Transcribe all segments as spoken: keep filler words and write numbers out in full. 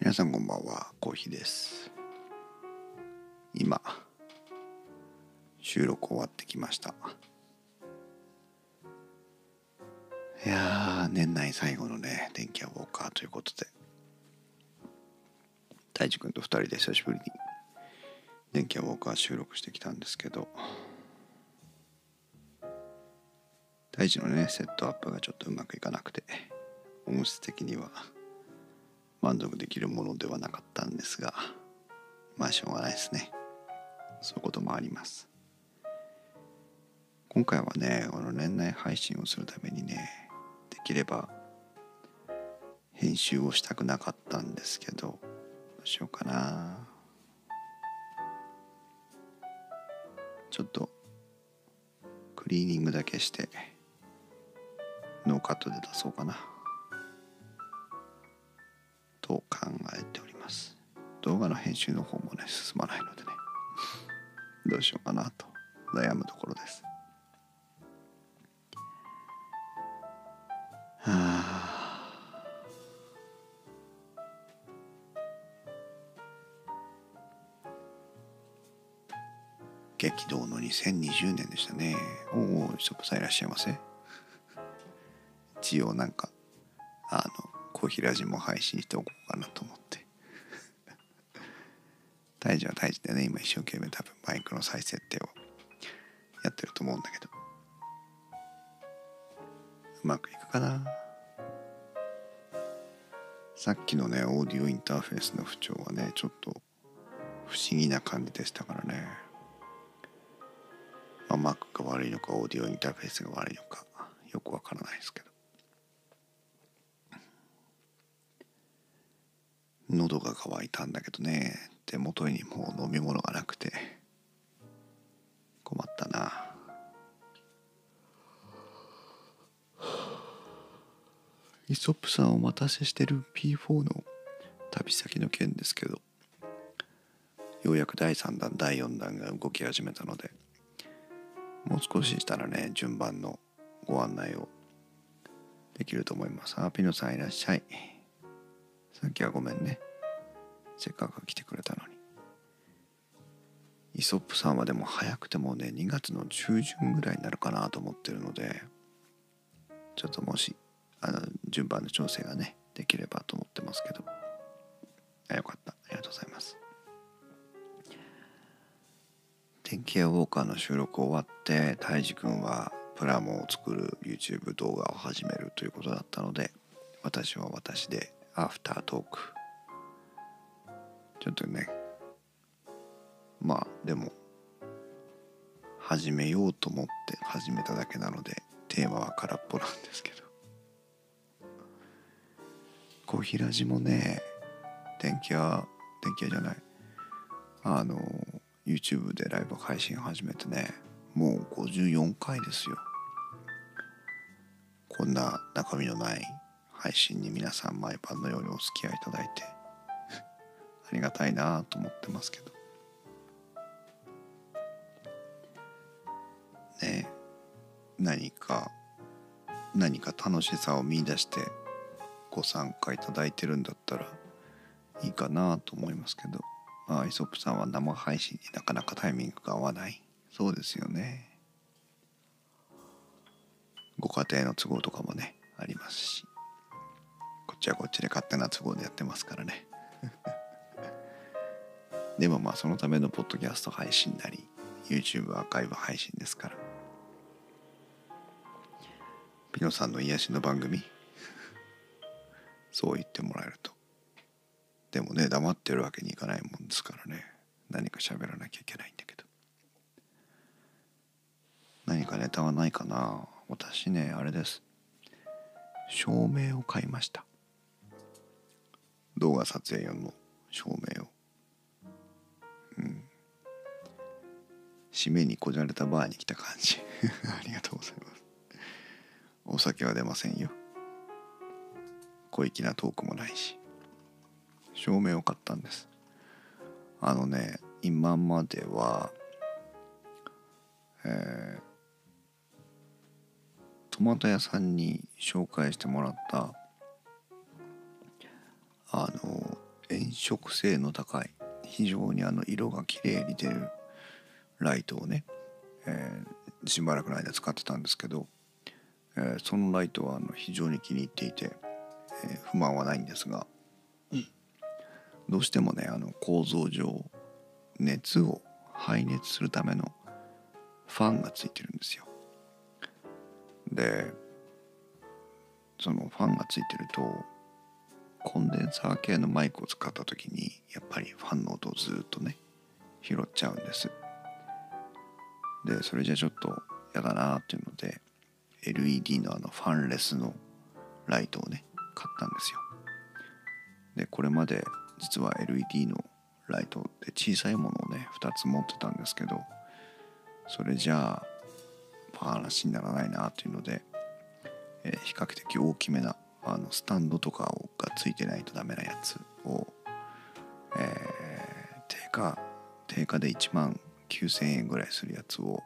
皆さんこんばんは、コーヒーです。今収録終わってきました。いやー、年内最後のね電気屋ウォーカーということで、大地君とふたりで久しぶりに電気屋ウォーカー収録してきたんですけど、大地のねセットアップがちょっとうまくいかなくて、音質的には満足できるものではなかったんですが、まあしょうがないですね。そういうこともあります。今回はね、この年内配信をするためにね、できれば編集をしたくなかったんですけど、どうしようかな。ちょっとクリーニングだけしてノーカットで出そうかなと考えております。動画の編集の方もね進まないのでね、どうしようかなと悩むところです。はあ、激動のにせんにじゅうねんでしたね。おお、ショップさんいらっしゃいませ。一応なんかあのコーヒーラジも配信しておこうかなと思って。大事は大事でね、今一生懸命多分マイクの再設定をやってると思うんだけど、うまくいくかな。さっきのねオーディオインターフェースの不調はねちょっと不思議な感じでしたからね。まあ、Mac が悪いのかオーディオインターフェースが悪いのかよくわからないですけど、喉が渇いたんだけどね、手元にもう飲み物がなくて困ったな。イソップさんお待たせしてる ピーフォー の旅先の件ですけど、ようやくだいさんだんだいよんだんが動き始めたので、もう少ししたらね順番のご案内をできると思います。あ、ピノさんいらっしゃい。さっきはごめんね、せっかく来てくれたのに。イソップさんはでも早くてもねにがつの中旬ぐらいになるかなと思ってるので、ちょっともしあの順番の調整がねできればと思ってますけど、あ、よかった、ありがとうございます。電気屋ウォーカーの収録終わって、タイジ君はプラモを作る YouTube 動画を始めるということだったので、私は私でアフタートークちょっとね、まあでも始めようと思って始めただけなのでテーマは空っぽなんですけど、コーヒーラジもね電気屋電気屋じゃないあの YouTube でライブ配信始めてね、もうごじゅうよんかいですよ。こんな中身のない配信に皆さん毎晩のようにお付き合いいただいてありがたいなと思ってますけどね。何か何か楽しさを見出してご参加いただいてるんだったらいいかなと思いますけど、まあ、イソップさんは生配信になかなかタイミングが合わないそうですよね。ご家庭の都合とかもねありますし、こっちはこっちで勝手な都合でやってますからね。でもまあそのためのポッドキャスト配信なり YouTube アーカイブ配信ですから、ピノさんの癒しの番組そう言ってもらえると。でもね黙ってるわけにいかないもんですからね、何か喋らなきゃいけないんだけど、何かネタはないかな。私ねあれです、照明を買いました。動画撮影用の照明を。うん締めにこじゃれたバーに来た感じありがとうございます。お酒は出ませんよ、小粋なトークもないし。照明を買ったんです。あのね今まではえー、トマト屋さんに紹介してもらったあの炎色性の高い非常にあの色が綺麗に出るライトをね、えー、しばらくの間使ってたんですけど、えー、そのライトはあの非常に気に入っていて、えー、不満はないんですが、うん、どうしてもねあの構造上熱を排熱するためのファンがついてるんですよ。でそのファンがついてるとコンデンサー系のマイクを使った時にやっぱりファンの音をずっとね拾っちゃうんです。でそれじゃちょっとやだなっていうので エルイーディー のあのファンレスのライトをね買ったんですよ。でこれまで実は エルイーディー のライトって小さいものをねふたつ持ってたんですけど、それじゃあ話にならないなっていうので、えー、比較的大きめなあのスタンドとかがついてないとダメなやつを、えー、定価定価でいちまんきゅうせんえんぐらいするやつを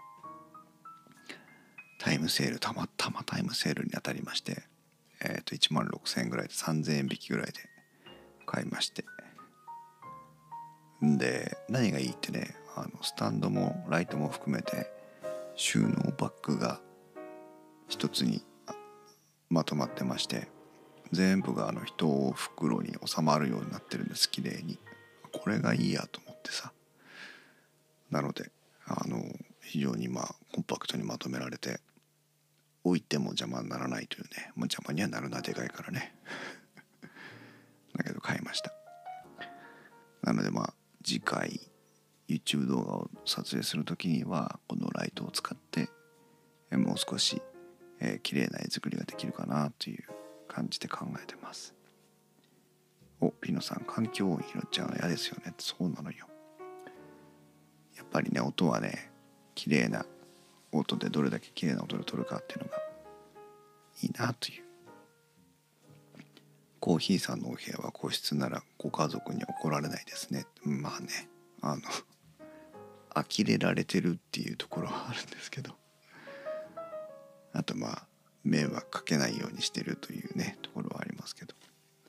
タイムセールたまたまタイムセールに当たりまして、えー、といちまんろくせんえんぐらいでさんぜんえん引きぐらいで買いまして、で何がいいってねあのスタンドもライトも含めて収納バッグが一つにまとまってまして、全部があの一袋に収まるようになってるんです。綺麗にこれがいいやと思ってさ、なのであの非常にまあコンパクトにまとめられて置いても邪魔にならないというね、もう邪魔にはなるなでかいからねだけど買いました。なのでまあ次回 YouTube 動画を撮影するときにはこのライトを使ってもう少し、えー、綺麗な絵作りができるかなという感じで考えてます。お、ピノさん、環境音拾っちゃうの嫌ですよね。そうなのよ。やっぱりね音はね綺麗な音でどれだけ綺麗な音で撮るかっていうのがいいなという。コーヒーさんのお部屋は個室ならご家族に怒られないですね。まあねあの呆れられてるっていうところはあるんですけど、あとまあ迷惑かけないようにしてるというねところはありますけど、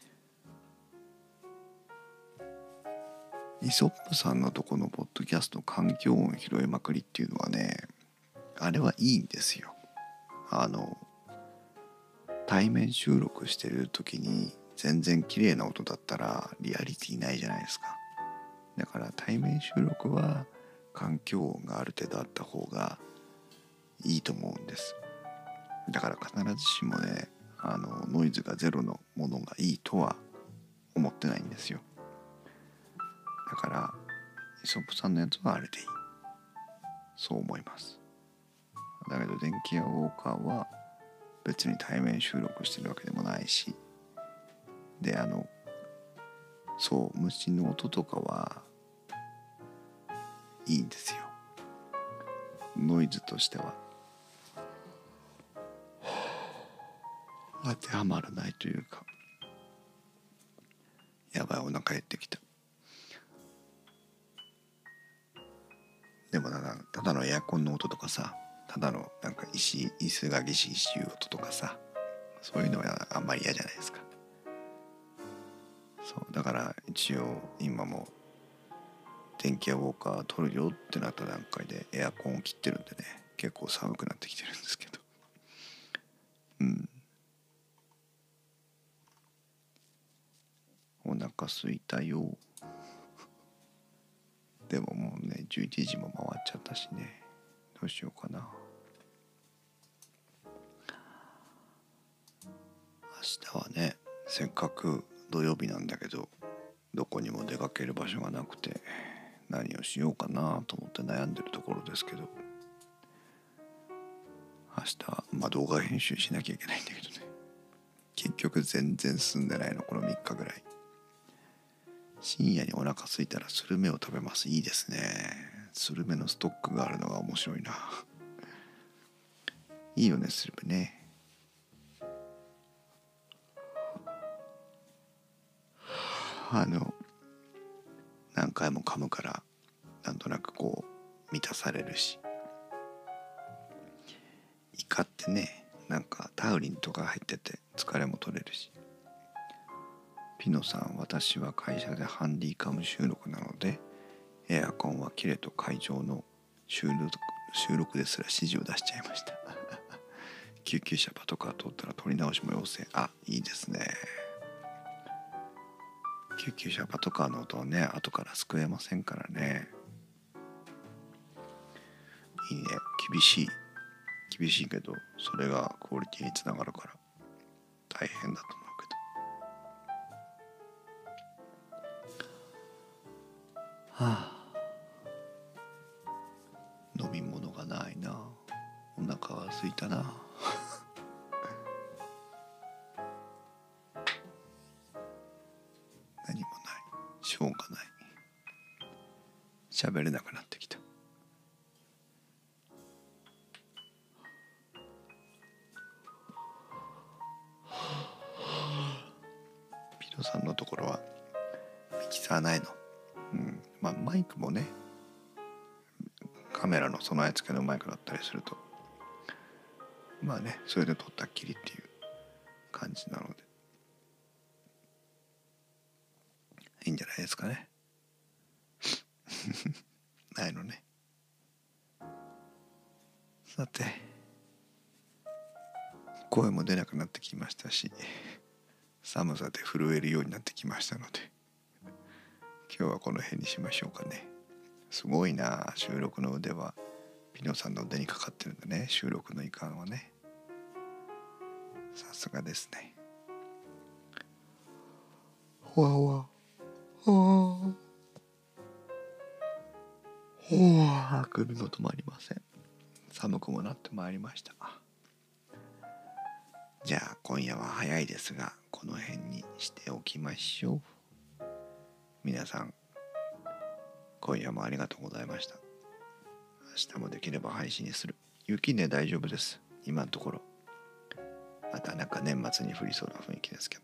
イソップさんのとこのポッドキャスト環境音拾いまくりっていうのはねあれはいいんですよ。あの対面収録してる時に全然綺麗な音だったらリアリティないじゃないですか。だから対面収録は環境音がある程度あった方がいいと思うんです。だから必ずしもねあのノイズがゼロのものがいいとは思ってないんですよ。だからイソップさんのやつはあれでいい、そう思います。だけど電気屋ウォーカーは別に対面収録してるわけでもないし、であのそう虫の音とかはいいんですよ。ノイズとしては当てはまらないというか、やばいお腹減ってきた。でもただただのエアコンの音とかさ、ただのなんか石椅子がぎしぎし言う音とかさ、そういうのはあんまり嫌じゃないですか。そうだから一応今も電気屋ウォーカー取るよってなった段階でエアコンを切ってるんでね、結構寒くなってきてるんですけど、うんお腹すいたよ。でももうねじゅういちじも回っちゃったしね、どうしようかな。明日はねせっかく土曜日なんだけどどこにも出かける場所がなくて何をしようかなと思って悩んでるところですけど、明日まあ動画編集しなきゃいけないんだけどね、結局全然進んでないのこのみっかぐらい。深夜にお腹空いたらスルメを食べます。いいですね。スルメのストックがあるのが面白いな。いいよねスルメね。あの何回も噛むからなんとなくこう満たされるし、イカってねなんかタウリンとか入ってて疲れも取れるし、 ピノさん、私は会社でハンディカム収録なので、エアコンは切れと会場の収録収録ですら指示を出しちゃいました救急車パトカー通ったら取り直しも要請。あ、いいですね。救急車パトカーの音はね、後から救えませんからね。いいね。厳しい厳しいけど、それがクオリティにつながるから大変だと思うけど。はあ、飲み物がないな。お腹が空いたな何もない、しょうがない。喋れなくなってきた。ピノさんのところはミキサーないの？うん、まあマイクもね、カメラの備え付けのマイクだったりすると、まあね、それで撮ったっきりっていう感じなのでいいんじゃないですかねないのね。さて、声も出なくなってきましたし、寒さで震えるようになってきましたので、今日はこの辺にしましょうかね。すごいな、収録の腕はピノさんの腕にかかってるんだね。収録のいかんはね、さすがですね。ほわほわほわほわ、あくびも止まりません。寒くもなってまいりました。じゃあ今夜は早いですがこの辺にしておきましょう。皆さん、今夜もありがとうございました。明日もできれば配信にする。雪ね、大丈夫です、今のところ。またなんか年末に降りそうな雰囲気ですけど。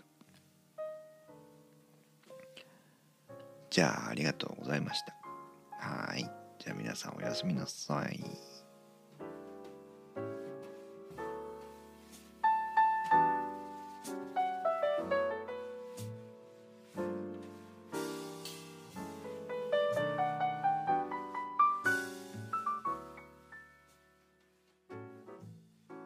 じゃあありがとうございました。はい、じゃあ皆さんおやすみなさい。